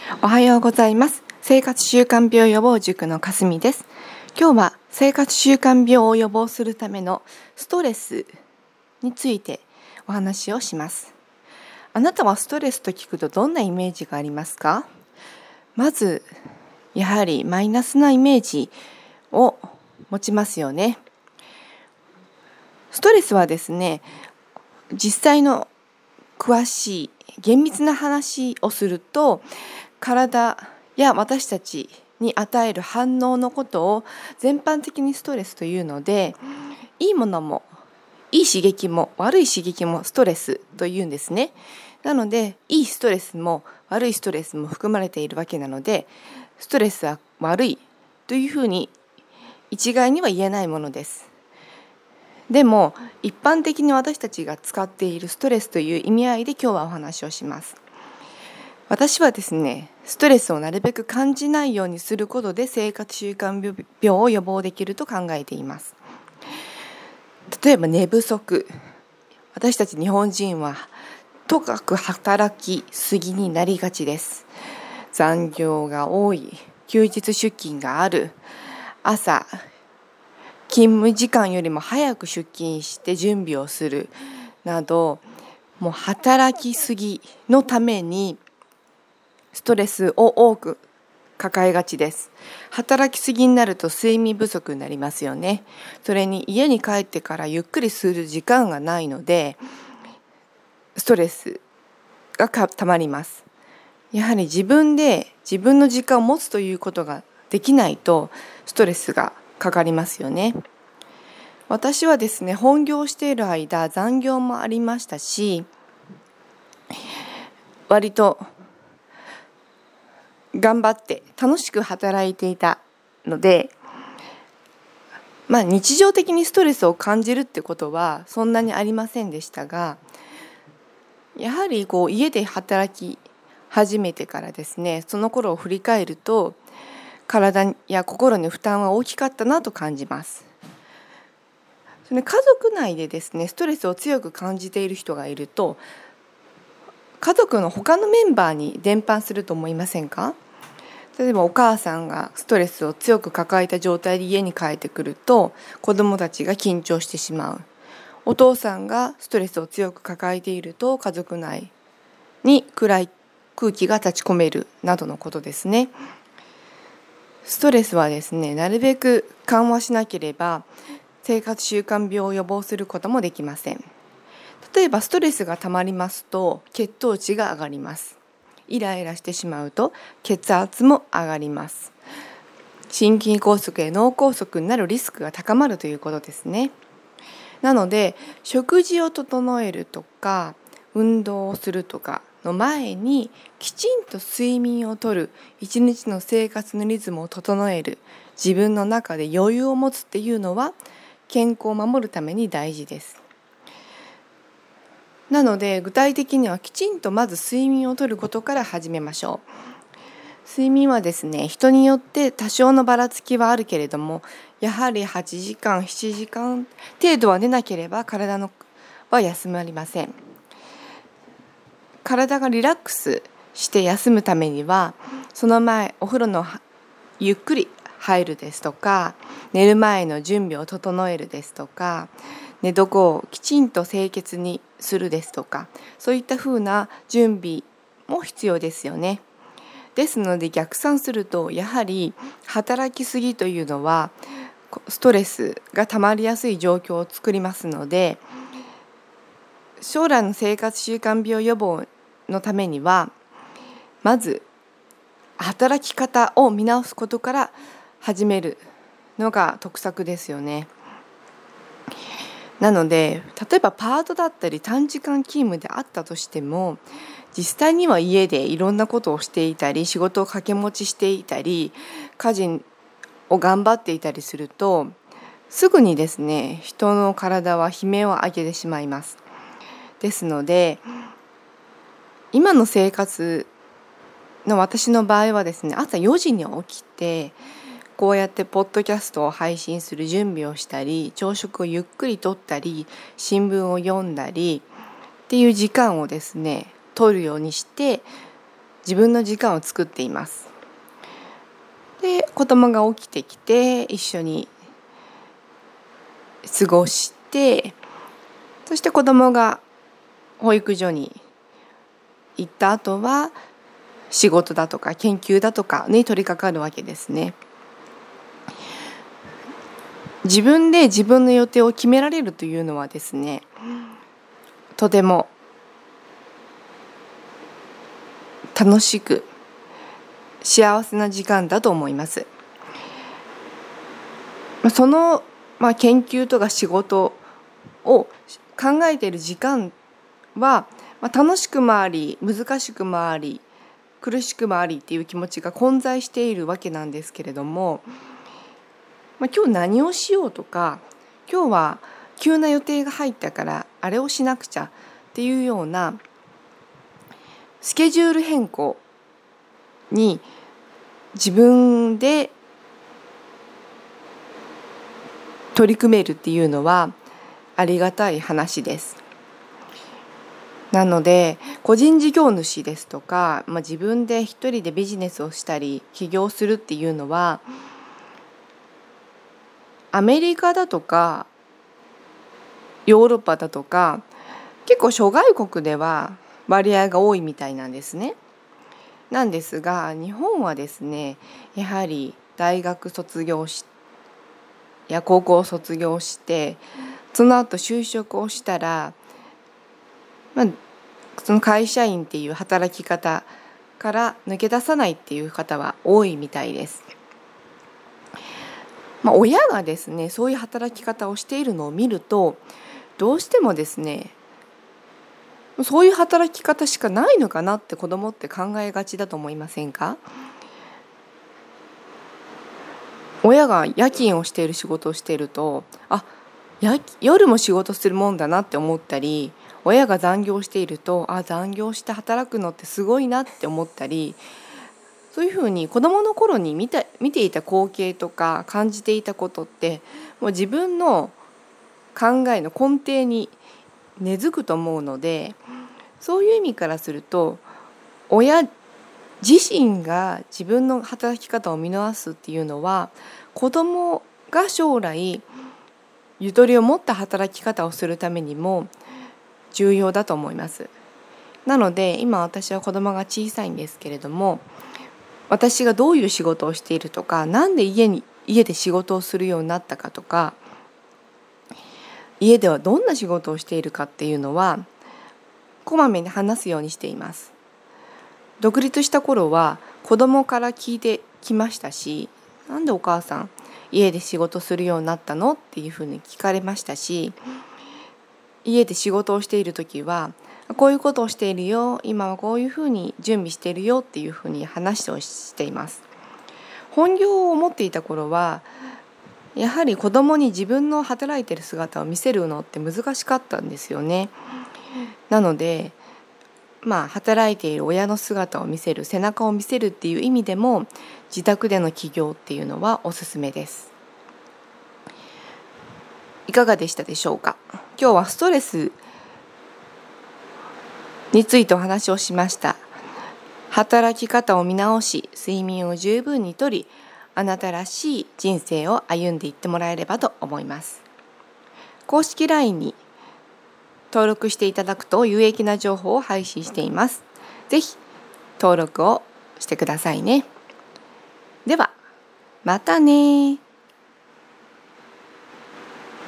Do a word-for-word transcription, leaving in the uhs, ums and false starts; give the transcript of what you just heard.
おはようございます。生活習慣病予防塾のかすみです。今日は生活習慣病を予防するためのストレスについてお話をします。あなたはストレスと聞くとどんなイメージがありますか？まずやはりマイナスなイメージを持ちますよね。ストレスはですね、実際の詳しい厳密な話をすると、体や私たちに与える反応のことを全般的にストレスというので、いいものもいい刺激も悪い刺激もストレスというんですね。なのでいいストレスも悪いストレスも含まれているわけなので、ストレスは悪いというふうに一概には言えないものです。でも一般的に私たちが使っているストレスという意味合いで今日はお話をします。私はですね、ストレスをなるべく感じないようにすることで生活習慣病を予防できると考えています。例えば寝不足。私たち日本人はとかく働きすぎになりがちです。残業が多い、休日出勤がある、朝勤務時間よりも早く出勤して準備をするなど、もう働きすぎのためにストレスを多く抱えがちです。働きすぎになると睡眠不足になりますよね。それに家に帰ってからゆっくりする時間がないので、ストレスがたまります。やはり自分で自分の時間を持つということができないとストレスがかかりますよね。私はですね、本業している間残業もありましたし、割と頑張って楽しく働いていたので、まあ日常的にストレスを感じるってことはそんなにありませんでしたが、やはりこう家で働き始めてからですね、その頃を振り返ると体や心に負担は大きかったなと感じます。それ家族内でですね、ストレスを強く感じている人がいると、家族の他のメンバーに伝播すると思いませんか？例えばお母さんがストレスを強く抱えた状態で家に帰ってくると、子どもたちが緊張してしまう。お父さんがストレスを強く抱えていると、家族内に暗い空気が立ち込めるなどのことですね。ストレスはですね、なるべく緩和しなければ生活習慣病を予防することもできません。例えばストレスがたまりますと血糖値が上がります。イライラしてしまうと血圧も上がります。心筋梗塞や脳梗塞になるリスクが高まるということですね。なので食事を整えるとか運動をするとかの前に、きちんと睡眠をとる、一日の生活のリズムを整える、自分の中で余裕を持つっていうのは健康を守るために大事です。なので具体的にはきちんとまず睡眠をとることから始めましょう。睡眠はですね、人によって多少のばらつきはあるけれども、やはりはちじかん、しちじかん程度は寝なければ体のは休まりません。体がリラックスして休むためには、その前お風呂のゆっくり入るですとか、寝る前の準備を整えるですとか、寝床をきちんと清潔にするですとか、そういったふうな準備も必要ですよね。ですので逆算すると、やはり働きすぎというのはストレスがたまりやすい状況を作りますので、将来の生活習慣病予防のためには、まず働き方を見直すことから始めるのが得策ですよね。なので例えばパートだったり短時間勤務であったとしても、実際には家でいろんなことをしていたり、仕事を掛け持ちしていたり、家事を頑張っていたりすると、すぐにですね、人の体は悲鳴を上げてしまいます。ですので今の生活の私の場合はですね、朝よじに起きてこうやってポッドキャストを配信する準備をしたり、朝食をゆっくりとったり、新聞を読んだりっていう時間をですね取るようにして、 自分の時間を作っています。で、子供が起きてきて一緒に過ごして、そして子供が保育所に行った後は仕事だとか研究だとかに取り掛かるわけですね。自分で自分の予定を決められるというのはですね、とても楽しく幸せな時間だと思います。その、まあ、研究とか仕事を考えている時間は、まあ、楽しくもあり難しくもあり苦しくもありっていう気持ちが混在しているわけなんですけれども、まあ、今日何をしようとか、今日は急な予定が入ったからあれをしなくちゃっていうようなスケジュール変更に自分で取り組めるっていうのはありがたい話です。なので個人事業主ですとか、まあ、自分で一人でビジネスをしたり起業するっていうのは、アメリカだとかヨーロッパだとか結構諸外国では割合が多いみたいなんですね。なんですが日本はですね、やはり大学卒業しや高校を卒業してその後就職をしたら、まあ、その会社員っていう働き方から抜け出さないっていう方は多いみたいです。まあ、親がですねそういう働き方をしているのを見るとどうしてもですねそういう働き方しかないのかなって子供って考えがちだと思いませんか？親が夜勤をしている仕事をしていると、あ、や夜も仕事するもんだなって思ったり、親が残業していると、あ、残業して働くのってすごいなって思ったり、そういうふうに子どもの頃に見た見ていた光景とか感じていたことってもう自分の考えの根底に根付くと思うので、そういう意味からすると親自身が自分の働き方を見直すっていうのは子どもが将来ゆとりを持った働き方をするためにも重要だと思います。なので今私は子どもが小さいんですけれども、私がどういう仕事をしているとか、なんで家に家で仕事をするようになったかとか、家ではどんな仕事をしているかっていうのはこまめに話すようにしています。独立した頃は子供から聞いてきましたし、なんでお母さん家で仕事するようになったのっていうふうに聞かれましたし、家で仕事をしている時はこういうことをしているよ、今はこういうふうに準備しているよっていうふうに話をしています。本業を持っていた頃はやはり子供に自分の働いている姿を見せるのって難しかったんですよね。なのでまあ働いている親の姿を見せる、背中を見せるっていう意味でも自宅での起業っていうのはおすすめです。いかがでしたでしょうか。今日はストレスについてお話をしました。働き方を見直し、睡眠を十分にとり、あなたらしい人生を歩んでいってもらえればと思います。公式 ライン に登録していただくと有益な情報を配信しています。ぜひ登録をしてくださいね。ではまたね。